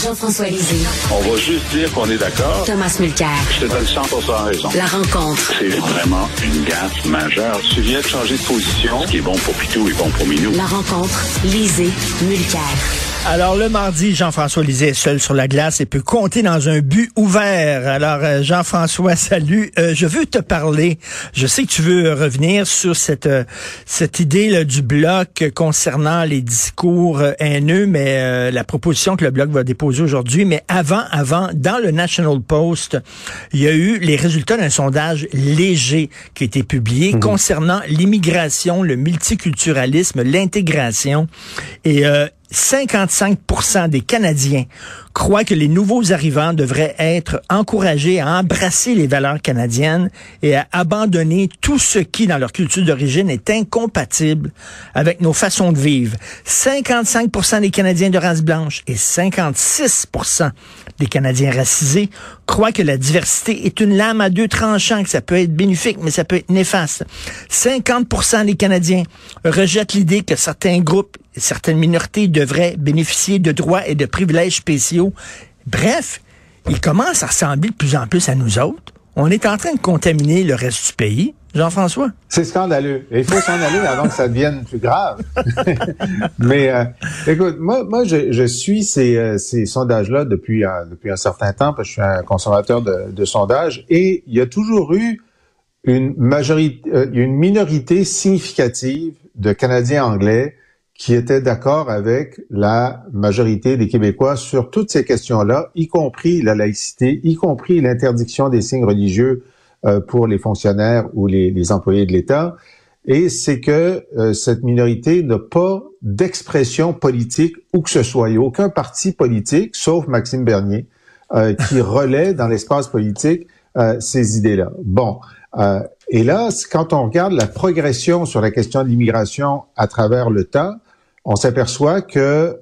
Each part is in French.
Jean-François Lisée. On va juste dire qu'on est d'accord. Thomas Mulcair. Je te donne 100% raison. La rencontre. C'est vraiment une gaffe majeure. Tu viens de changer de position. Ce qui est bon pour Pitou est bon pour Minou. La rencontre. Lisée. Mulcair. Alors, le mardi, Jean-François Lisée est seul sur la glace et peut compter dans un but ouvert. Alors, Jean-François, salut. Je veux te parler. Je sais que tu veux revenir sur cette idée là, du Bloc concernant les discours haineux, mais la proposition que le Bloc va déposer aujourd'hui. Mais avant, dans le National Post, il y a eu les résultats d'un sondage léger qui a été publié concernant l'immigration, le multiculturalisme, l'intégration. Et 55% des Canadiens croient que les nouveaux arrivants devraient être encouragés à embrasser les valeurs canadiennes et à abandonner tout ce qui, dans leur culture d'origine, est incompatible avec nos façons de vivre. 55% des Canadiens de race blanche et 56% des Canadiens racisés croient que la diversité est une lame à deux tranchants, que ça peut être bénéfique, mais ça peut être néfaste. 50% des Canadiens rejettent l'idée que certains groupes, certaines minorités devraient bénéficier de droits et de privilèges spéciaux. Bref, ils commencent à ressembler de plus en plus à nous autres. On est en train de contaminer le reste du pays. Jean-François? C'est scandaleux. Et il faut s'en aller avant que ça devienne plus grave. Mais écoute, moi je suis ces sondages-là depuis un certain temps, parce que je suis un conservateur de sondages, et il y a toujours eu une minorité significative de Canadiens anglais qui étaient d'accord avec la majorité des Québécois sur toutes ces questions-là, y compris la laïcité, y compris l'interdiction des signes religieux pour les fonctionnaires ou les employés de l'État. Et c'est que cette minorité n'a pas d'expression politique où que ce soit. Il n'y a aucun parti politique, sauf Maxime Bernier, qui relaie dans l'espace politique ces idées-là. Bon. Et là, quand on regarde la progression sur la question de l'immigration à travers le temps, on s'aperçoit que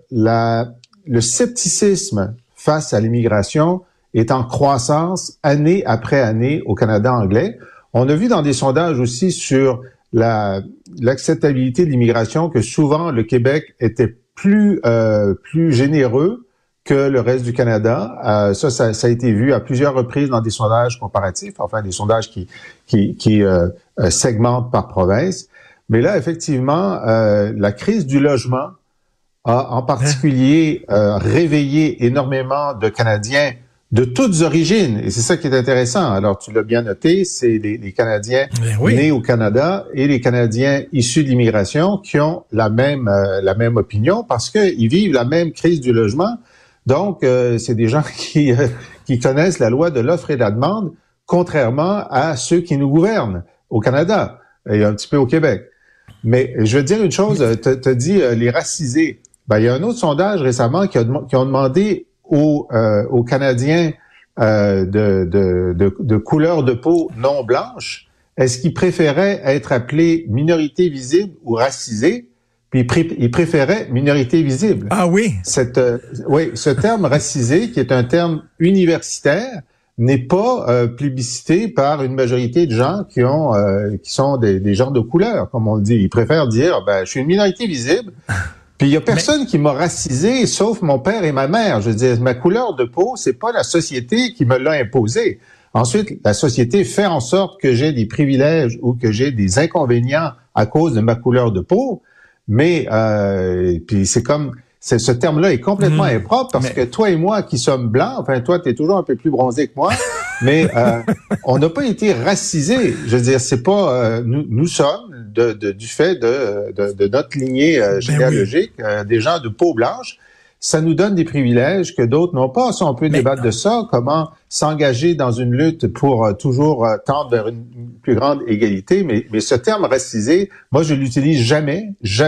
le scepticisme face à l'immigration est en croissance année après année au Canada anglais. On a vu dans des sondages aussi sur l'acceptabilité de l'immigration que souvent le Québec était plus généreux que le reste du Canada. Ça a été vu à plusieurs reprises dans des sondages comparatifs, enfin des sondages qui segmentent par province. Mais là, effectivement, la crise du logement a en particulier réveillé énormément de Canadiens de toutes origines. Et c'est ça qui est intéressant. Alors, tu l'as bien noté, c'est les Canadiens nés au Canada et les Canadiens issus de l'immigration qui ont la même opinion parce qu'ils vivent la même crise du logement. Donc, c'est des gens qui connaissent la loi de l'offre et de la demande, contrairement à ceux qui nous gouvernent au Canada et un petit peu au Québec. Mais je veux dire une chose, t'as dit les racisés. Ben, il y a un autre sondage récemment qui ont demandé aux Canadiens de couleur de peau non blanche, est-ce qu'ils préféraient être appelés minorité visible ou racisés? Puis ils préféraient minorité visible. Ah oui? Ce terme racisé, qui est un terme universitaire, n'est pas plébiscité par une majorité de gens qui sont des gens de couleur, comme on le dit. Ils préfèrent dire, je suis une minorité visible. Puis il y a personne qui m'a racisé, sauf mon père et ma mère. Je veux dire, ma couleur de peau, c'est pas la société qui me l'a imposé. Ensuite, la société fait en sorte que j'ai des privilèges ou que j'ai des inconvénients à cause de ma couleur de peau. Mais puis ce terme-là est complètement impropre parce que toi et moi qui sommes blancs, enfin toi t'es toujours un peu plus bronzé que moi, mais on n'a pas été racisés. Je veux dire, c'est pas nous sommes du fait de notre lignée généalogique des gens de peau blanche. Ça nous donne des privilèges que d'autres n'ont pas. Ça, on peut débattre de ça, comment s'engager dans une lutte pour toujours tendre vers une plus grande égalité. Mais ce terme racisé, moi, je l'utilise jamais.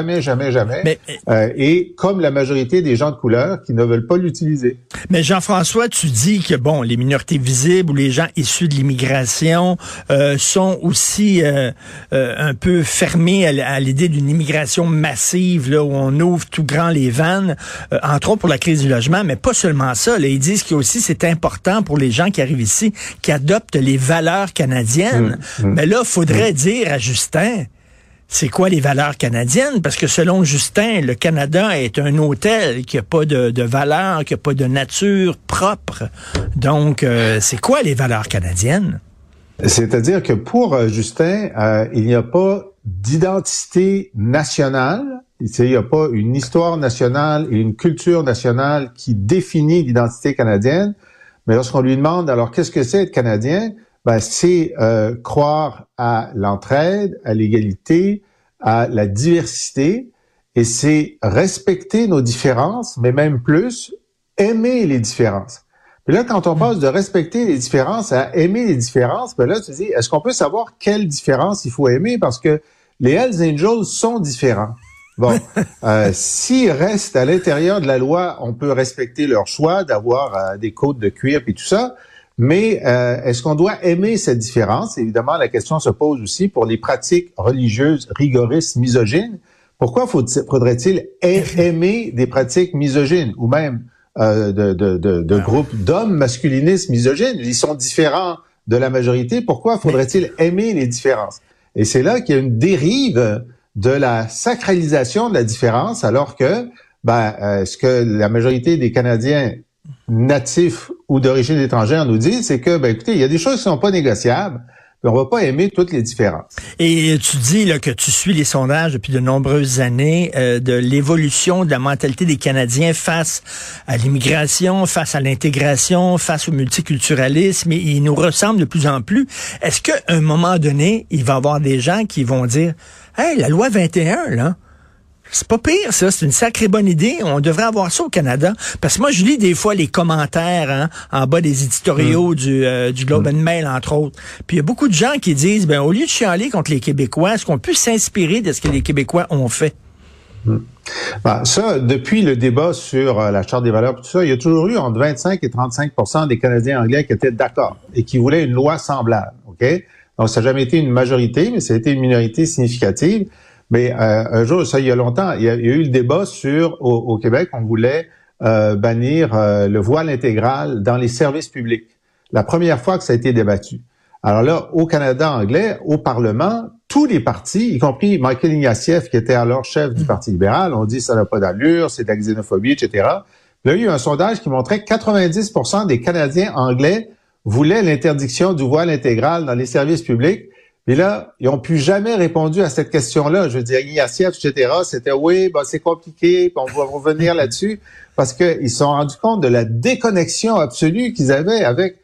Et comme la majorité des gens de couleur qui ne veulent pas l'utiliser. Mais Jean-François, tu dis que, bon, les minorités visibles ou les gens issus de l'immigration sont aussi un peu fermés à l'idée d'une immigration massive, là, où on ouvre tout grand les vannes, entre autres pour la crise du logement, mais pas seulement ça. Là, ils disent que aussi c'est important pour les gens qui arrivent ici, qui adoptent les valeurs canadiennes. Mais là, faudrait dire à Justin, C'est quoi les valeurs canadiennes? Parce que selon Justin, le Canada est un hôtel qui n'a pas de valeurs, qui n'a pas de nature propre. Donc, c'est quoi les valeurs canadiennes? C'est-à-dire que pour Justin, il n'y a pas d'identité nationale. Il n'y a pas une histoire nationale et une culture nationale qui définit l'identité canadienne. Mais lorsqu'on lui demande, alors, qu'est-ce que c'est être Canadien? Ben, c'est croire à l'entraide, à l'égalité, à la diversité, et c'est respecter nos différences, mais même plus, aimer les différences. Puis là, quand on passe de respecter les différences à aimer les différences, ben là, tu te dis, est-ce qu'on peut savoir quelle différence il faut aimer? Parce que les Hells Angels sont différents. Bon, s'ils restent à l'intérieur de la loi, on peut respecter leur choix d'avoir des côtes de cuir et tout ça. Mais est-ce qu'on doit aimer cette différence? Évidemment, la question se pose aussi pour les pratiques religieuses rigoristes, misogynes. Pourquoi faudrait-il aimer des pratiques misogynes ou même de groupes d'hommes masculinistes misogynes? Ils sont différents de la majorité. Pourquoi faudrait-il aimer les différences? Et c'est là qu'il y a une dérive de la sacralisation de la différence, alors que ce que la majorité des Canadiens natifs ou d'origine étrangère nous disent, c'est que, écoutez, il y a des choses qui sont pas négociables, mais on va pas aimer toutes les différences. Et tu dis là que tu suis les sondages depuis de nombreuses années de l'évolution de la mentalité des Canadiens face à l'immigration, face à l'intégration, face au multiculturalisme, et ils nous ressemblent de plus en plus. Est-ce qu'à un moment donné, il va y avoir des gens qui vont dire « Hey, la loi 21, là, c'est pas pire, ça. C'est une sacrée bonne idée. On devrait avoir ça au Canada. » Parce que moi, je lis des fois les commentaires en bas des éditoriaux du Globe and Mail, entre autres. Puis il y a beaucoup de gens qui disent, au lieu de chialer contre les Québécois, est-ce qu'on peut s'inspirer de ce que les Québécois ont fait? Ça, depuis le débat sur la Charte des valeurs, tout ça, il y a toujours eu entre 25 et 35% des Canadiens anglais qui étaient d'accord et qui voulaient une loi semblable. OK? Donc, ça n'a jamais été une majorité, mais ça a été une minorité significative. Mais un jour, ça il y a longtemps, il y a eu le débat sur au Québec, on voulait bannir le voile intégral dans les services publics. La première fois que ça a été débattu. Alors là, au Canada anglais, au Parlement, tous les partis, y compris Michael Ignatieff, qui était alors chef du Parti libéral, ont dit ça n'a pas d'allure, c'est de la xénophobie, etc. Là, il y a eu un sondage qui montrait que 90% des Canadiens anglais voulaient l'interdiction du voile intégral dans les services publics. Et là, ils n'ont plus jamais répondu à cette question-là. Je veux dire, Ignatieff, etc., c'était oui, c'est compliqué, puis on va revenir là-dessus, parce qu'ils se sont rendus compte de la déconnexion absolue qu'ils avaient avec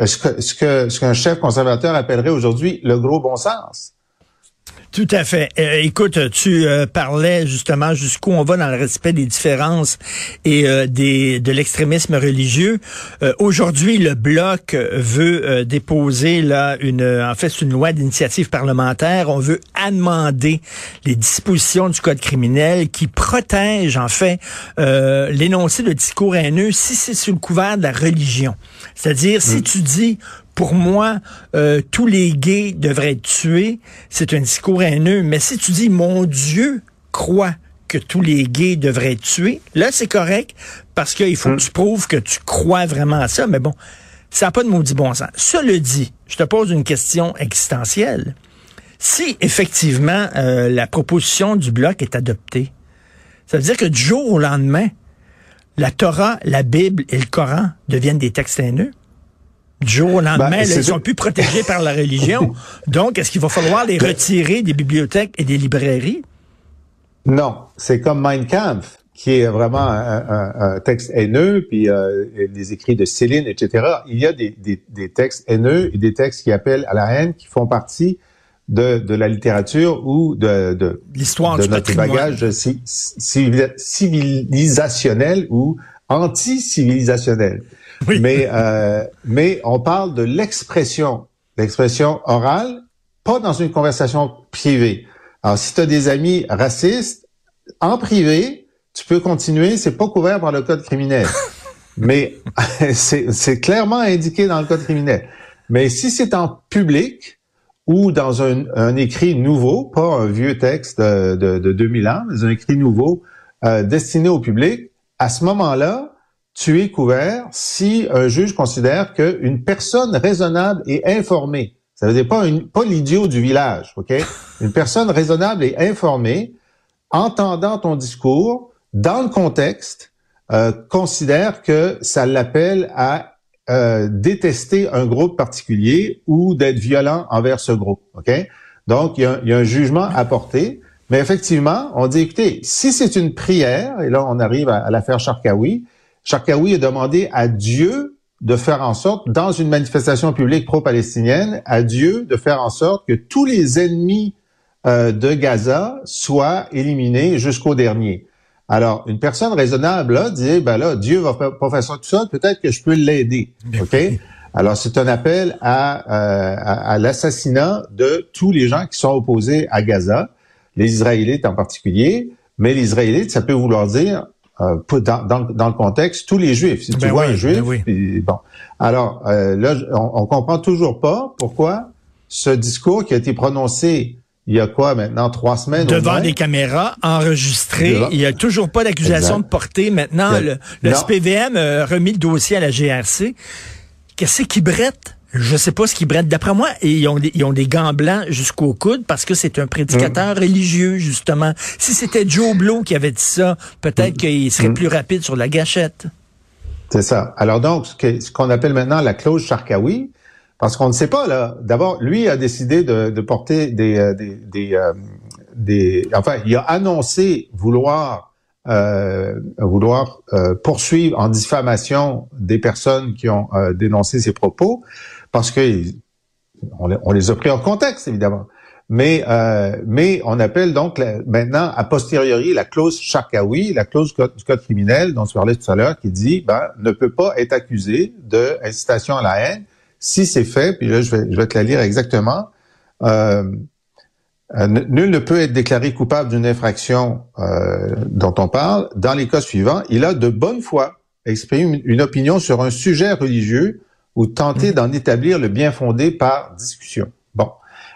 ce qu'un chef conservateur appellerait aujourd'hui le gros bon sens. Tout à fait. Écoute, tu parlais justement jusqu'où on va dans le respect des différences et de l'extrémisme religieux. Aujourd'hui, le Bloc veut déposer là c'est une loi d'initiative parlementaire. On veut amender les dispositions du Code criminel qui protègent en fait l'énoncé de discours haineux si c'est sous le couvert de la religion. C'est-à-dire si tu dis pour moi, tous les gays devraient être tués, c'est un discours haineux. Mais si tu dis, mon Dieu croit que tous les gays devraient être tués, là, c'est correct, parce qu'il faut que tu prouves que tu crois vraiment à ça. Mais bon, ça n'a pas de maudit bon sens. Cela dit, je te pose une question existentielle. Si, effectivement, la proposition du Bloc est adoptée, ça veut dire que du jour au lendemain, la Torah, la Bible et le Coran deviennent des textes haineux? Du jour au lendemain, ils sont plus protégés par la religion. Donc, est-ce qu'il va falloir les retirer des bibliothèques et des librairies? Non, c'est comme Mein Kampf, qui est vraiment un texte haineux, puis les écrits de Céline, etc. Il y a des textes haineux et des textes qui appellent à la haine, qui font partie de la littérature ou de l'histoire de du notre patrimoine. bagage civilisationnel ou anti-civilisationnel. Oui. Mais on parle de l'expression orale, pas dans une conversation privée. Alors, si tu as des amis racistes, en privé, tu peux continuer, c'est pas couvert par le code criminel. Mais c'est clairement indiqué dans le code criminel. Mais si c'est en public ou dans un écrit nouveau, pas un vieux texte de 2000 ans, mais un écrit nouveau destiné au public, à ce moment-là, tu es couvert si un juge considère qu'une personne raisonnable et informée, Ça veut dire pas l'idiot du village, OK? Une personne raisonnable et informée, entendant ton discours, dans le contexte, considère que ça l'appelle à détester un groupe particulier ou d'être violent envers ce groupe, OK? Donc, il y a un jugement à porter. Mais effectivement, on dit, écoutez, si c'est une prière, et là, on arrive à l'affaire Charkaoui, Charkaoui a demandé à Dieu de faire en sorte, dans une manifestation publique pro-palestinienne, à Dieu de faire en sorte que tous les ennemis de Gaza soient éliminés jusqu'au dernier. Alors, une personne raisonnable là dit, Dieu va pas faire ça tout seul, peut-être que je peux l'aider, ok? Alors, c'est un appel à l'assassinat de tous les gens qui sont opposés à Gaza, les Israélites en particulier, mais les Israélites, ça peut vouloir dire dans le contexte, tous les Juifs. Si tu vois un Juif, puis, bon. Alors, là, on comprend toujours pas pourquoi ce discours qui a été prononcé il y a quoi maintenant, 3 semaines? Devant des caméras, enregistrées. Il n'y a toujours pas d'accusation de portée. Maintenant, le SPVM a remis le dossier à la GRC. Qu'est-ce qui brette? Je sais pas ce qui brette. D'après moi, ils ont des gants blancs jusqu'au coude parce que c'est un prédicateur religieux, justement. Si c'était Joe Blow qui avait dit ça, peut-être qu'il serait plus rapide sur la gâchette. C'est ça. Alors donc, ce qu'on appelle maintenant la clause Charkaoui, parce qu'on ne sait pas, là. D'abord, lui a décidé de porter enfin, il a annoncé vouloir poursuivre en diffamation des personnes qui ont dénoncé ses propos, parce que on les a pris hors contexte, évidemment. Mais on appelle donc maintenant, a posteriori, la clause Charkaoui, la clause du code criminel dont tu parlais tout à l'heure, qui dit, ne peut pas être accusé de incitation à la haine si c'est fait, puis là, je vais te la lire exactement. Nul ne peut être déclaré coupable d'une infraction dont on parle. Dans les cas suivants, il a de bonne foi exprimé une opinion sur un sujet religieux ou tenté d'en établir le bien fondé par discussion. Bon,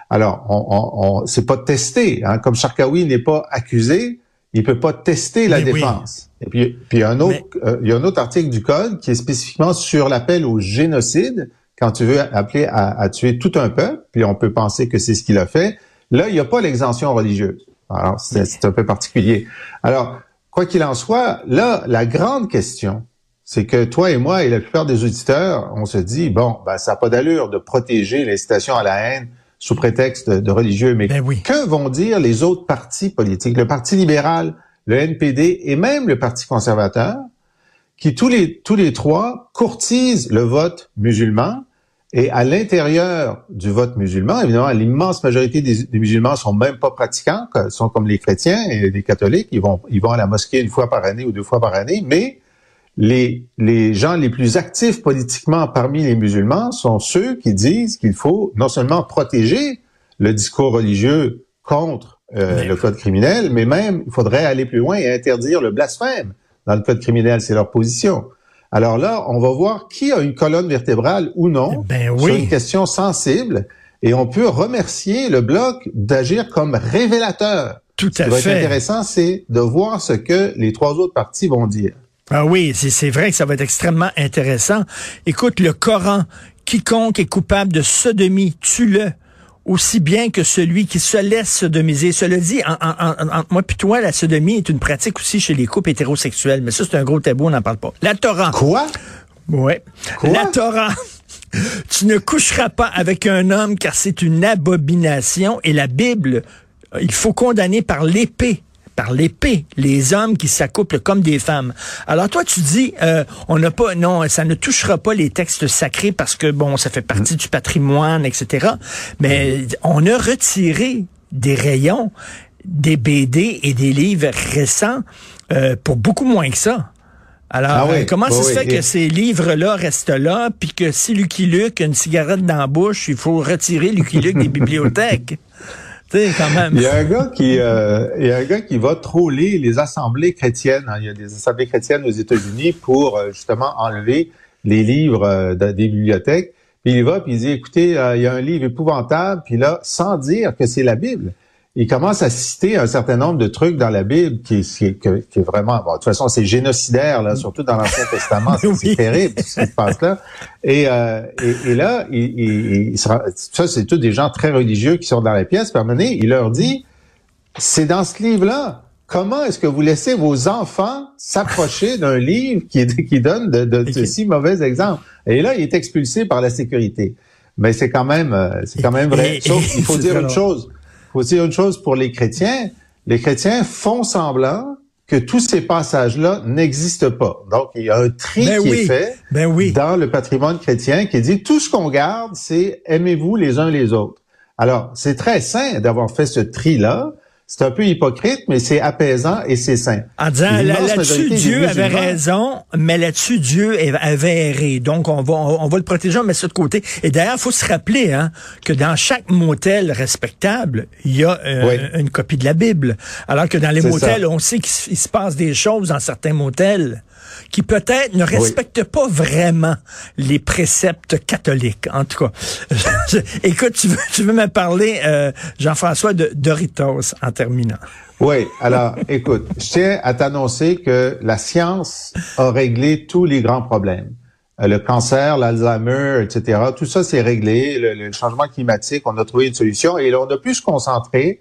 alors, c'est pas testé. Hein, comme Charkaoui n'est pas accusé, il peut pas tester la défense. Oui. Et puis il y a un autre article du code qui est spécifiquement sur l'appel au génocide. Quand tu veux appeler à tuer tout un peuple, puis on peut penser que c'est ce qu'il a fait, là, il n'y a pas l'exemption religieuse. Alors, c'est un peu particulier. Alors, quoi qu'il en soit, là, la grande question, c'est que toi et moi et la plupart des auditeurs, on se dit, ça n'a pas d'allure de protéger l'incitation à la haine sous prétexte de religieux, mais que vont dire les autres partis politiques, le Parti libéral, le NPD et même le Parti conservateur, qui tous les trois courtisent le vote musulman, et à l'intérieur du vote musulman, évidemment, l'immense majorité des musulmans sont même pas pratiquants, sont comme les chrétiens et les catholiques, ils vont à la mosquée 1 fois par année ou 2 fois par année, mais les gens les plus actifs politiquement parmi les musulmans sont ceux qui disent qu'il faut non seulement protéger le discours religieux contre le code criminel, mais même il faudrait aller plus loin et interdire le blasphème dans le code criminel, c'est leur position. Alors là, on va voir qui a une colonne vertébrale ou non sur une question sensible, et on peut remercier le Bloc d'agir comme révélateur. Tout à fait. Ce qui va être intéressant, c'est de voir ce que les 3 autres partis vont dire. Ah oui, c'est vrai que ça va être extrêmement intéressant. Écoute, le Coran, quiconque est coupable de sodomie, tue-le. Aussi bien que celui qui se laisse sodomiser. Cela dit, entre moi puis toi, la sodomie est une pratique aussi chez les couples hétérosexuels. Mais ça, c'est un gros tabou, on n'en parle pas. La Torah. Quoi? Ouais. Quoi? La Torah. Tu ne coucheras pas avec un homme car c'est une abomination. Et la Bible, il faut condamner par l'épée. Par l'épée, les hommes qui s'accouplent comme des femmes. Alors toi, tu dis, ça ne touchera pas les textes sacrés parce que, ça fait partie du patrimoine, etc. Mais on a retiré des rayons des BD et des livres récents pour beaucoup moins que ça. Alors, comment ça se fait que ces livres-là restent là, puis que si Lucky Luke a une cigarette dans la bouche, il faut retirer Lucky Luke des bibliothèques? Quand même. Il y a un gars qui va troller les assemblées chrétiennes. Il y a des assemblées chrétiennes aux États-Unis pour justement enlever les livres des bibliothèques. Puis il va, puis il dit, écoutez, il y a un livre épouvantable, puis là, sans dire que c'est la Bible, il commence à citer un certain nombre de trucs dans la Bible qui est vraiment, bon, de toute façon, c'est génocidaire, là, surtout dans l'Ancien Testament, c'est terrible ce qui se passe là. Et là, ça, c'est tous des gens très religieux qui sont dans la pièce. Puis à un moment donné, il leur dit, c'est dans ce livre-là. Comment est-ce que vous laissez vos enfants s'approcher d'un livre qui donne de si mauvais exemples? Et là, il est expulsé par la sécurité. Mais c'est quand même vrai. Sauf, il faut dire une chose. Il faut dire une chose pour les chrétiens. Les chrétiens font semblant que tous ces passages-là n'existent pas. Donc, il y a un tri est fait dans le patrimoine chrétien qui dit tout ce qu'on garde, c'est aimez-vous les uns les autres. Alors, c'est très sain d'avoir fait ce tri-là. C'est un peu hypocrite, mais c'est apaisant et c'est sain. En disant, là-dessus, Dieu avait raison, mais là-dessus, Dieu avait erré. Donc, on va le protéger, on met ça de côté. Et d'ailleurs, il faut se rappeler que dans chaque motel respectable, il y a une copie de la Bible. Alors que dans les motels, on sait qu'il se passe des choses dans certains motels qui peut-être ne respectent pas vraiment les préceptes catholiques. En tout cas, écoute, tu veux me parler, Jean-François, de Doritos en terminant. Oui, alors, écoute, je tiens à t'annoncer que la science a réglé tous les grands problèmes. Le cancer, l'Alzheimer, etc., tout ça, c'est réglé. Le changement climatique, on a trouvé une solution et là, on a pu se concentrer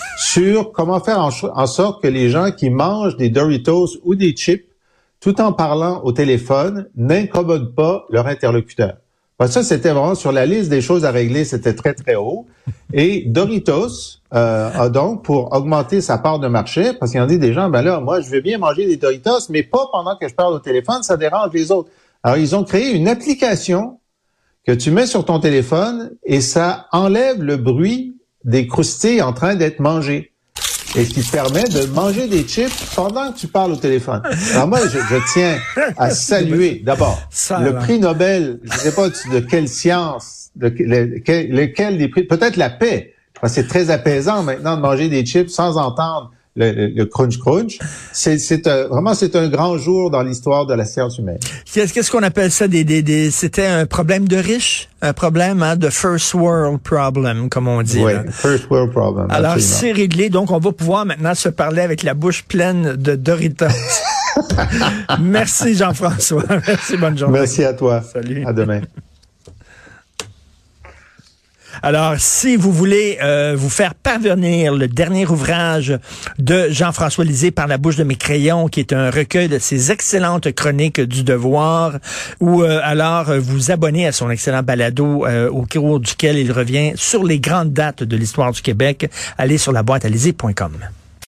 sur comment faire en sorte que les gens qui mangent des Doritos ou des chips tout en parlant au téléphone, n'incommodent pas leur interlocuteur. Parce que ça, c'était vraiment sur la liste des choses à régler, c'était très, très haut. Et Doritos a donc, pour augmenter sa part de marché, parce qu'il y en a des gens, ben là, moi, je veux bien manger des Doritos, mais pas pendant que je parle au téléphone, ça dérange les autres. Alors, ils ont créé une application que tu mets sur ton téléphone et ça enlève le bruit des croustilles en train d'être mangées. Et ce qui te permet de manger des chips pendant que tu parles au téléphone. Alors moi, je tiens à saluer d'abord le prix Nobel, je ne sais pas de quelle science, lequel des prix, peut-être la paix, parce que c'est très apaisant maintenant de manger des chips sans entendre le crunch. C'est un grand jour dans l'histoire de la science humaine. Qu'est-ce qu'on appelle ça? C'était un problème de riches? Un problème de first world problem, comme on dit. Oui, first world problem. Alors, absolument. c'est réglé. Donc, on va pouvoir maintenant se parler avec la bouche pleine de Doritos. Merci, Jean-François. Merci, bonne journée. Merci à toi. Salut. À demain. Alors, si vous voulez vous faire parvenir le dernier ouvrage de Jean-François Lisée, Par la bouche de mes crayons, qui est un recueil de ses excellentes chroniques du devoir, ou alors vous abonner à son excellent balado au cours duquel il revient sur les grandes dates de l'histoire du Québec, allez sur laboîtealisée.com.